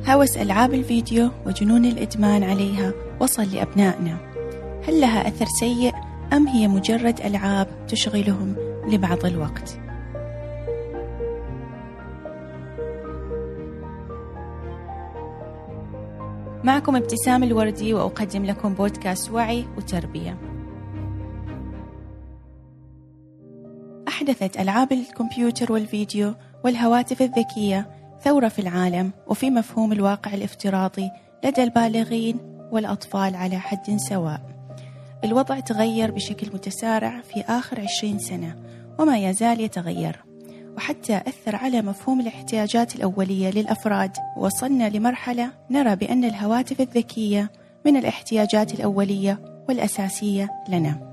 هوس ألعاب الفيديو وجنون الإدمان عليها وصل لأبنائنا. هل لها أثر سيء أم هي مجرد ألعاب تشغلهم لبعض الوقت؟ معكم ابتسام الوردي، وأقدم لكم بودكاست وعي وتربية. أحدثت ألعاب الكمبيوتر والفيديو والهواتف الذكية ثورة في العالم وفي مفهوم الواقع الافتراضي لدى البالغين والأطفال على حد سواء. الوضع تغير بشكل متسارع في آخر 20 سنة وما يزال يتغير، وحتى أثر على مفهوم الاحتياجات الأولية للأفراد. وصلنا لمرحلة نرى بأن الهواتف الذكية من الاحتياجات الأولية والأساسية لنا،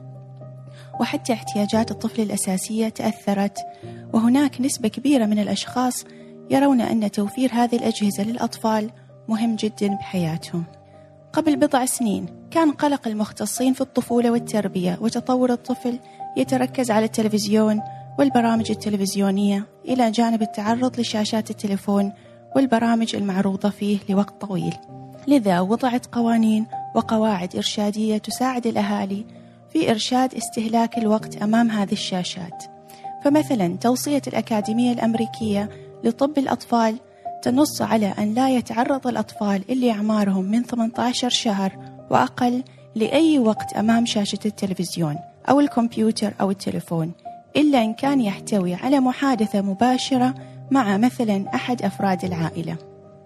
وحتى احتياجات الطفل الأساسية تأثرت. وهناك نسبة كبيرة من الأشخاص يرون أن توفير هذه الأجهزة للأطفال مهم جدا بحياتهم. قبل بضع سنين كان قلق المختصين في الطفولة والتربية وتطور الطفل يتركز على التلفزيون والبرامج التلفزيونية إلى جانب التعرض لشاشات التليفون والبرامج المعروضة فيه لوقت طويل. لذا وضعت قوانين وقواعد إرشادية تساعد الأهالي في إرشاد استهلاك الوقت أمام هذه الشاشات. فمثلا توصية الأكاديمية الأمريكية لطب الأطفال تنص على أن لا يتعرض الأطفال اللي أعمارهم من 18 شهر وأقل لأي وقت أمام شاشة التلفزيون أو الكمبيوتر أو التليفون، إلا إن كان يحتوي على محادثة مباشرة مع مثلا أحد أفراد العائلة.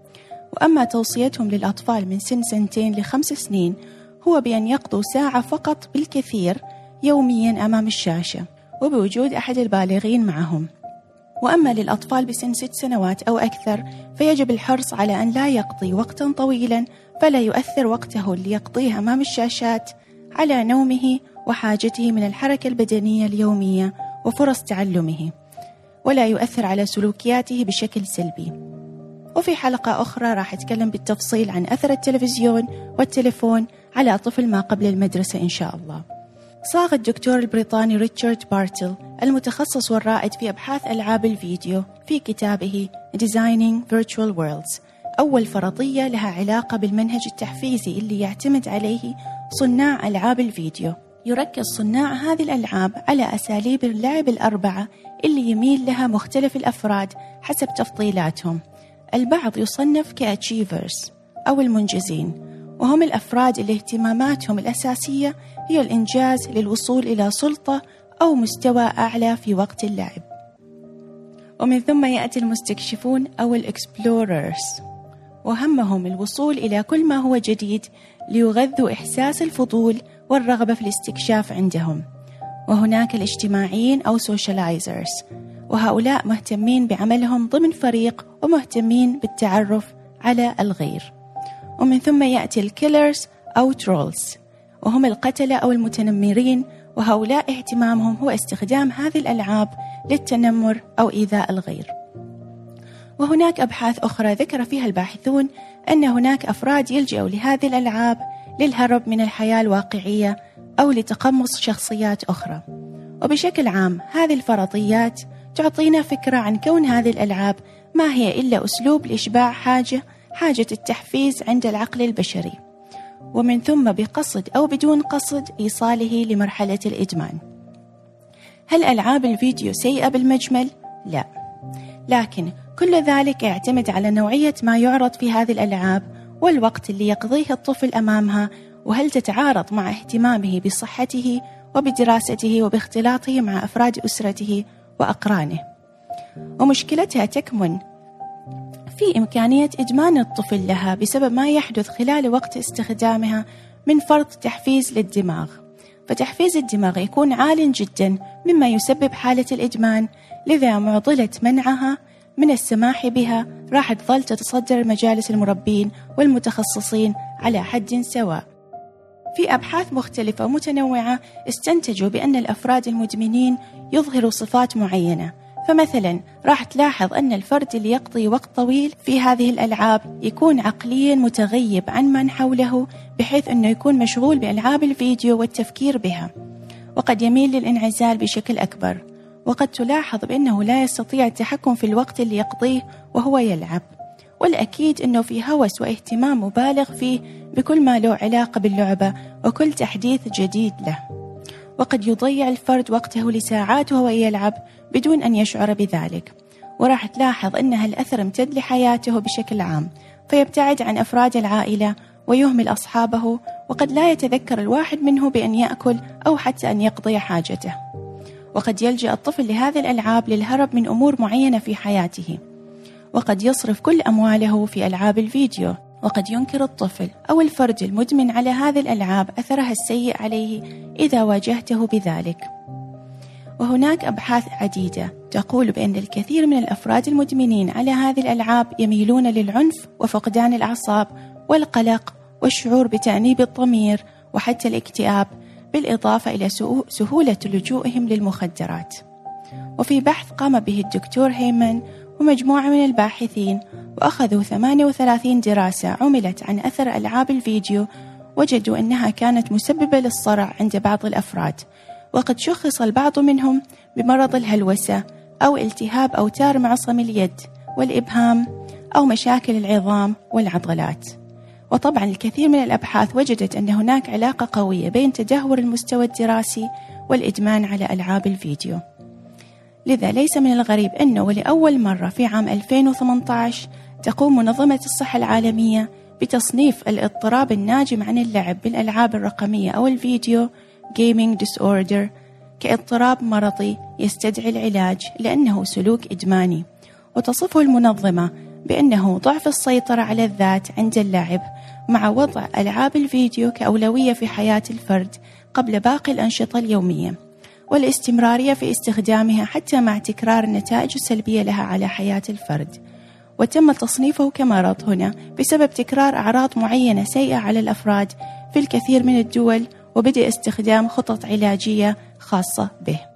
وأما توصيتهم للأطفال من سن 2 ل5 سنين هو بأن يقضوا ساعة فقط بالكثير يوميا أمام الشاشة وبوجود أحد البالغين معهم. وأما للأطفال بسن 6 سنوات أو أكثر فيجب الحرص على أن لا يقضي وقتا طويلا فلا يؤثر وقته اللي يقضيه أمام الشاشات على نومه وحاجته من الحركة البدنية اليومية وفرص تعلمه، ولا يؤثر على سلوكياته بشكل سلبي. وفي حلقة أخرى راح أتكلم بالتفصيل عن أثر التلفزيون والتليفون على طفل ما قبل المدرسة إن شاء الله. صاغ الدكتور البريطاني ريتشارد بارتل المتخصص والرائد في أبحاث ألعاب الفيديو في كتابه Designing Virtual Worlds أول فرضية لها علاقة بالمنهج التحفيزي اللي يعتمد عليه صناع ألعاب الفيديو. يركز صناع هذه الألعاب على أساليب اللعب الأربعة اللي يميل لها مختلف الأفراد حسب تفضيلاتهم. البعض يصنف كأتشيفرز أو المنجزين، وهم الأفراد اللي اهتماماتهم الأساسية هي الإنجاز للوصول إلى سلطة أو مستوى أعلى في وقت اللعب. ومن ثم يأتي المستكشفون أو الإكسبلوررز، وهمهم الوصول إلى كل ما هو جديد ليغذوا إحساس الفضول والرغبة في الاستكشاف عندهم. وهناك الاجتماعيين أو سوشيالايزرز، وهؤلاء مهتمين بعملهم ضمن فريق ومهتمين بالتعرف على الغير. ومن ثم يأتي الكيلرز أو ترولز، وهم القتلة أو المتنمرين، وهؤلاء اهتمامهم هو استخدام هذه الألعاب للتنمر أو إيذاء الغير. وهناك أبحاث أخرى ذكر فيها الباحثون أن هناك أفراد يلجأوا لهذه الألعاب للهرب من الحياة الواقعية أو لتقمص شخصيات أخرى. وبشكل عام هذه الفرضيات تعطينا فكرة عن كون هذه الألعاب ما هي إلا أسلوب لإشباع حاجة التحفيز عند العقل البشري، ومن ثم بقصد أو بدون قصد إيصاله لمرحلة الإدمان. هل ألعاب الفيديو سيئة بالمجمل؟ لا، لكن كل ذلك يعتمد على نوعية ما يعرض في هذه الألعاب والوقت اللي يقضيه الطفل أمامها، وهل تتعارض مع اهتمامه بصحته وبدراسته وباختلاطه مع أفراد أسرته وأقرانه. ومشكلتها تكمن في إمكانية إدمان الطفل لها بسبب ما يحدث خلال وقت استخدامها من فرط تحفيز للدماغ. فتحفيز الدماغ يكون عال جدا مما يسبب حالة الإدمان، لذا معضلة منعها من السماح بها راح تظل تتصدر مجالس المربين والمتخصصين على حد سواء. في أبحاث مختلفة متنوعة استنتجوا بأن الأفراد المدمنين يظهروا صفات معينة. فمثلا راح تلاحظ أن الفرد اللي يقضي وقت طويل في هذه الألعاب يكون عقليا متغيب عن من حوله، بحيث أنه يكون مشغول بألعاب الفيديو والتفكير بها، وقد يميل للانعزال بشكل أكبر. وقد تلاحظ بأنه لا يستطيع التحكم في الوقت اللي يقضيه وهو يلعب، والأكيد أنه في هوس واهتمام مبالغ فيه بكل ما له علاقة باللعبة وكل تحديث جديد له. وقد يضيع الفرد وقته لساعات وهو يلعب بدون أن يشعر بذلك، وراح تلاحظ أن هالأثر امتد لحياته بشكل عام، فيبتعد عن أفراد العائلة ويهمل أصحابه، وقد لا يتذكر الواحد منه بأن يأكل أو حتى أن يقضي حاجته. وقد يلجأ الطفل لهذه الألعاب للهرب من أمور معينة في حياته، وقد يصرف كل أمواله في ألعاب الفيديو. وقد ينكر الطفل أو الفرد المدمن على هذه الألعاب أثرها السيء عليه إذا واجهته بذلك. وهناك أبحاث عديدة تقول بأن الكثير من الأفراد المدمنين على هذه الألعاب يميلون للعنف وفقدان الأعصاب والقلق والشعور بتأنيب الضمير وحتى الاكتئاب، بالإضافة إلى سهولة لجوئهم للمخدرات. وفي بحث قام به الدكتور هيمان ومجموعة من الباحثين، وأخذوا 38 دراسة عملت عن أثر ألعاب الفيديو، وجدوا أنها كانت مسببة للصرع عند بعض الأفراد، وقد شخص البعض منهم بمرض الهلوسة أو التهاب أوتار معصم اليد والإبهام أو مشاكل العظام والعضلات. وطبعا الكثير من الأبحاث وجدت أن هناك علاقة قوية بين تدهور المستوى الدراسي والإدمان على ألعاب الفيديو. لذا ليس من الغريب أنه ولأول مرة في عام 2018 تقوم منظمة الصحة العالمية بتصنيف الاضطراب الناجم عن اللعب بالألعاب الرقمية أو الفيديو Gaming Disorder كاضطراب مرضي يستدعي العلاج لأنه سلوك إدماني، وتصفه المنظمة بأنه ضعف السيطرة على الذات عند اللعب مع وضع ألعاب الفيديو كأولوية في حياة الفرد قبل باقي الأنشطة اليومية، والاستمرارية في استخدامها حتى مع تكرار النتائج السلبية لها على حياة الفرد. وتم تصنيفه كمرض هنا بسبب تكرار أعراض معينة سيئة على الأفراد في الكثير من الدول، وبدأ استخدام خطط علاجية خاصة به.